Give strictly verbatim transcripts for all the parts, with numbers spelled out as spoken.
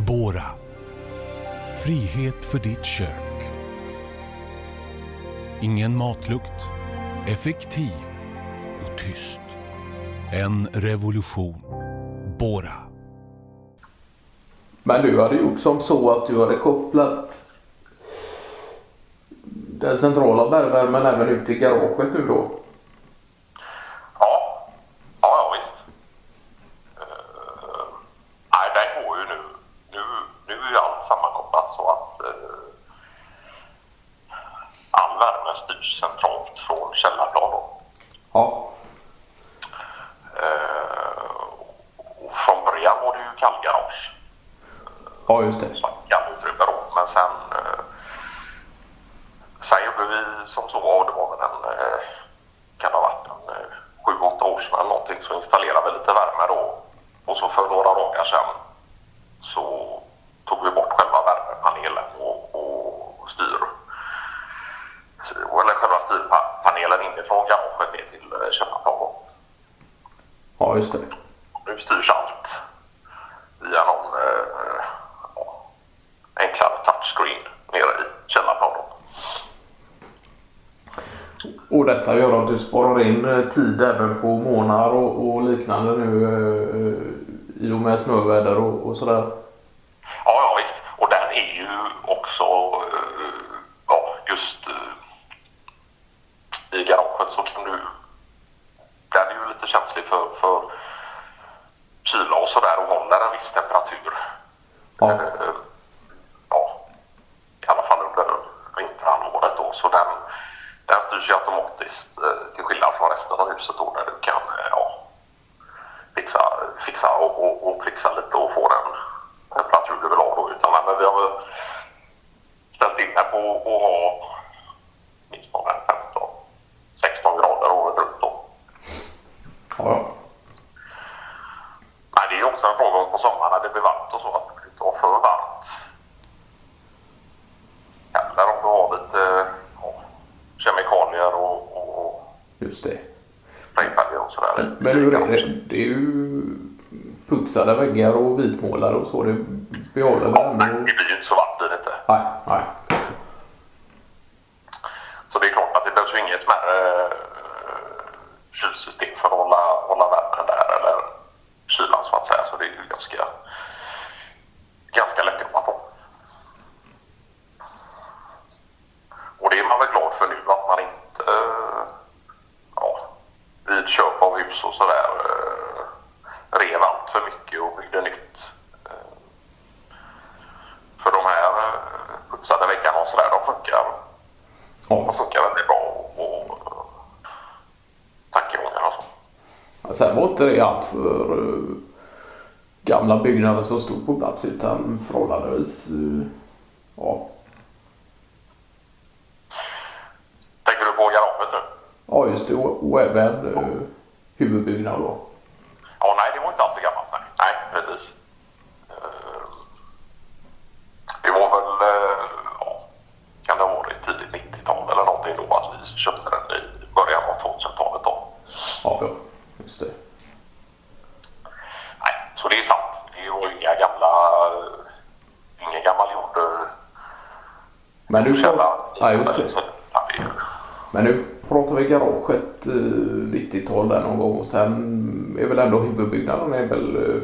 Bora. Frihet för ditt kök. Ingen matlukt. Effektiv och tyst. En revolution. Bora. Men du hade gjort som så att du hade kopplat den centrala bergvärmen även ut i garaget nu då? Ja, ja, ja visst. Uh, nej, den går ju nu. Nu, nu är ju allt sammankopplat så att uh, all värme styrs centralt från källarplan då. Ja. Uh, och från början var det ju kallgarage. Ja, just det. Kallutrymme då, men sen uh, sen gjorde vi som så, och det var väl en uh, kan det ha varit en uh, sju åtta år sedan eller någonting, så installerade vi lite värme då, och så för några dagar sedan så tog vi bort själva värmepanelen och, och styr eller själva styrpanelen inifrån garaget ner till uh, källarplan. Ja, just det. Nu styrs allt via någon uh, ja, enklare touchscreen nere i källarplan. Och detta gör att du sparar in tid även på månader och, och liknande nu eh, i och med snöväder och, och sådär. Ja, ja visst. Och den är ju också eh, ja, just eh, i garaget så kan du, den är ju lite känslig för, för kyla och sådär och håller en viss temperatur. Ja. Eh, ja, i alla fall under vinterhalvåret då, så den Den styrs ju automatiskt eh, till skillnad från resten av huset då, där du kan eh, ja, fixa, fixa och, och, och fixa lite och få den temperatur du vill ha då. Utan, men vi har väl ställt in här på att ha minst femton sexton grader året runt då. Ja. Men det är också en fråga på sommaren när det blir varmt och så, att det inte var för varmt. Eller om du har lite kemikalier och, och Just det. sprayfärger och sådär. Men hur är det? Det är ju putsade väggar och vitmålare och så. Det behåller Ja, värme. men det blir ju inte så varmt, blir det inte. Nej, nej. Så det är klart att det behövs ju inget mer äh, kylsystem för att hålla, hålla värmen där, eller kylan så att säga. Så det är ju ganska, ganska lätt att jobba på. Och det är man väl glad för nu, att man inte äh, ja, vid köp av hus och sådär äh, rev allt för mycket och byggde nytt. Äh, för de här äh, putsade väggarna och sådär, de funkar. Ja. De funkar väldigt bra och, och tankegångar och så. Sen var inte det allt för uh, gamla byggnader som stod på plats, utan förhållandevis uh, ja. Tänker du på garaget nu? Ja, just det. Och, och även uh, huvudbyggnad då. Ja, nej, det var inte alltid gammalt. Nej, nej precis. Uh, det var väl, uh, ja, kan det ha varit tidigt nittiotal eller någonting då, att vi köpte den i början av tvåtusentalet då. Ja, ja, just det. Nej, så det är sant. Det var ju inga gamla, inga gammal jord. Men nu, ja, just det. Så, ja, det är ju... Men nu pratar vi garaget uh, nittiotal där någon gång, och sen är väl ändå huvudbyggnaden är väl uh,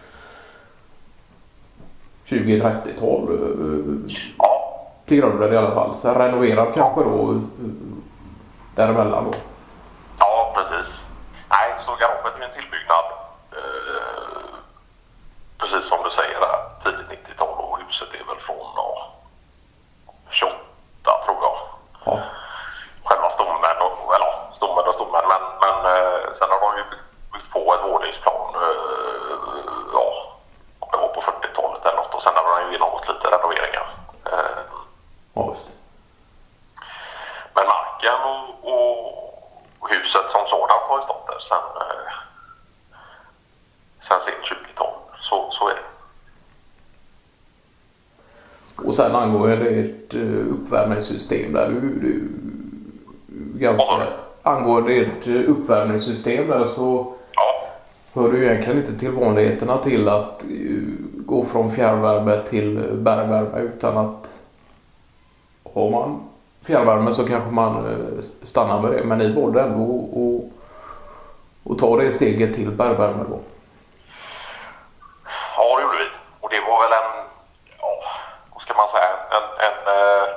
tjugo trettiotal uh, Ja. till grunden i alla fall. Sen renoverad kanske då uh, däremellan då. Ja, precis. Nej, så garaget är en tillbyggnad. Eh, precis som du säger där, tidigt nittiotal, och huset är väl från ja, tjugoåtta tror jag. Ja. Själva stommen, och, eller stommen och stommen, men, men eh, sen har de ju byggt, byggt på ett våningsplan, eh, ja, om det var på fyrtiotalet eller något, och sen har de ju genomgått lite renoveringar. Eh, Ja, just det. Men marken och, och huset som sådant har ju stått där sen, eh, sen sent tjugotal. Så, så är det. Och sen angår det ett uh, uppvärmningssystem där du, du ganska angående ett uh, uppvärmningssystem där, så Ja. hör du egentligen inte till vanligheterna till att uh, gå från fjärrvärme till bergvärme, utan att har man fjärrvärme så kanske man eh, stannar med det. Men ni valde ändå och, och ta det steget till bergvärme då. Ja, det gjorde vi. Och det var väl en, ja, vad ska man säga, en, en eh,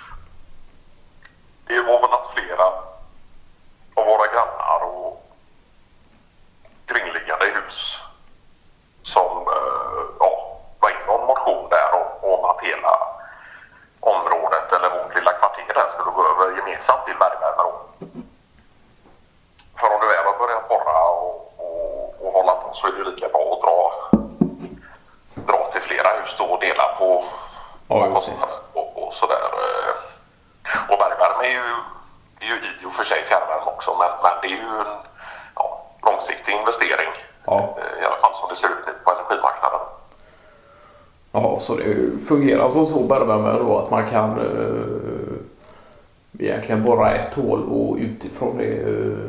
det var väl att flera av våra grannar och kringliggande hus som eh, ja, var in någon motion där om, om att hela området eller vårt lilla kvarter där skulle gå över gemensamt till bergvärme då. För om du väl har börjat borra och, och, och hålla på så är det lika bra att dra, dra till flera hus då och dela på, ja, på kostnader och, och sådär. Och bergvärme är ju, är ju i och för sig fjärrvärme också, men, men det är ju en ja, långsiktig investering. Ja. I alla fall som det ser ut på energimarknaden. Ja, så det fungerar som så bergvärme då att man kan eh, egentligen borra ett hål och utifrån det eh,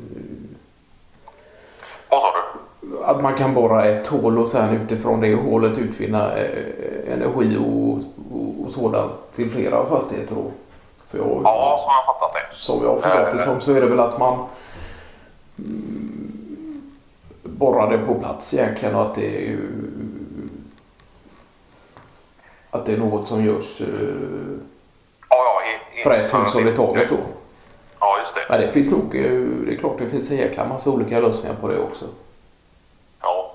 vad sa du? att man kan borra ett hål och sen utifrån det hålet utvinna eh, energi och, och, och sådant till flera fastigheter då. För jag, Ja, som jag fattat det. Som jag har förstått det som så är det väl att man mm, borrar det på plats egentligen och att det är ju att det är något som görs eh, Ja, ja, i, i, för ett hushåll i taget då. Ja, just det. Men det finns nog, eh, det är klart det finns en jäkla massa olika lösningar på det också. Ja.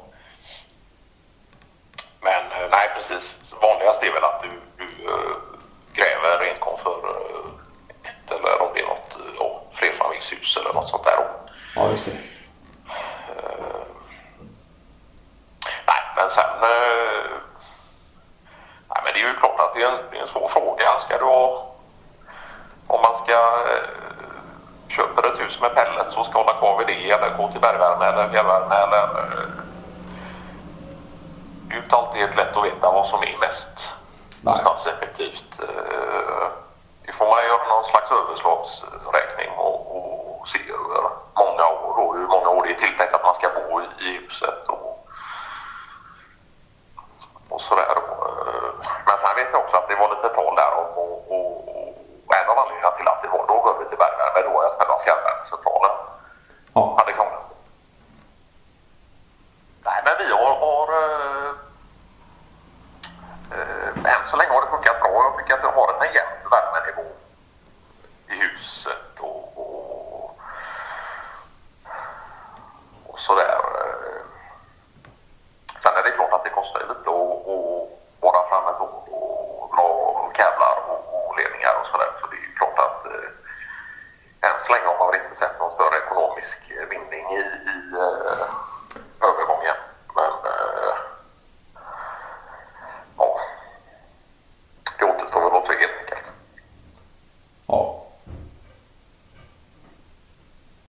Men eh, nej, precis. Vanligast är väl att du, du uh, gräver enkom för uh, ett eller om det är något uh, flerfamiljshus eller något sånt där. Ja, just det. Uh, nej, men sen uh, nej, men det är ju klart att det är en, det är en svår fråga. Ska du ha, om man ska uh, köpa ett hus med pellets så ska hålla kvar vid det eller gå till bergvärme eller fjärrvärme eller uh, det är ju inte alltid helt lätt att veta vad som är mest någonstans effektivt. Det får man göra någon slags överslagsräkning och, och se över många år och hur många år det är tilltänkt att man ska bo i huset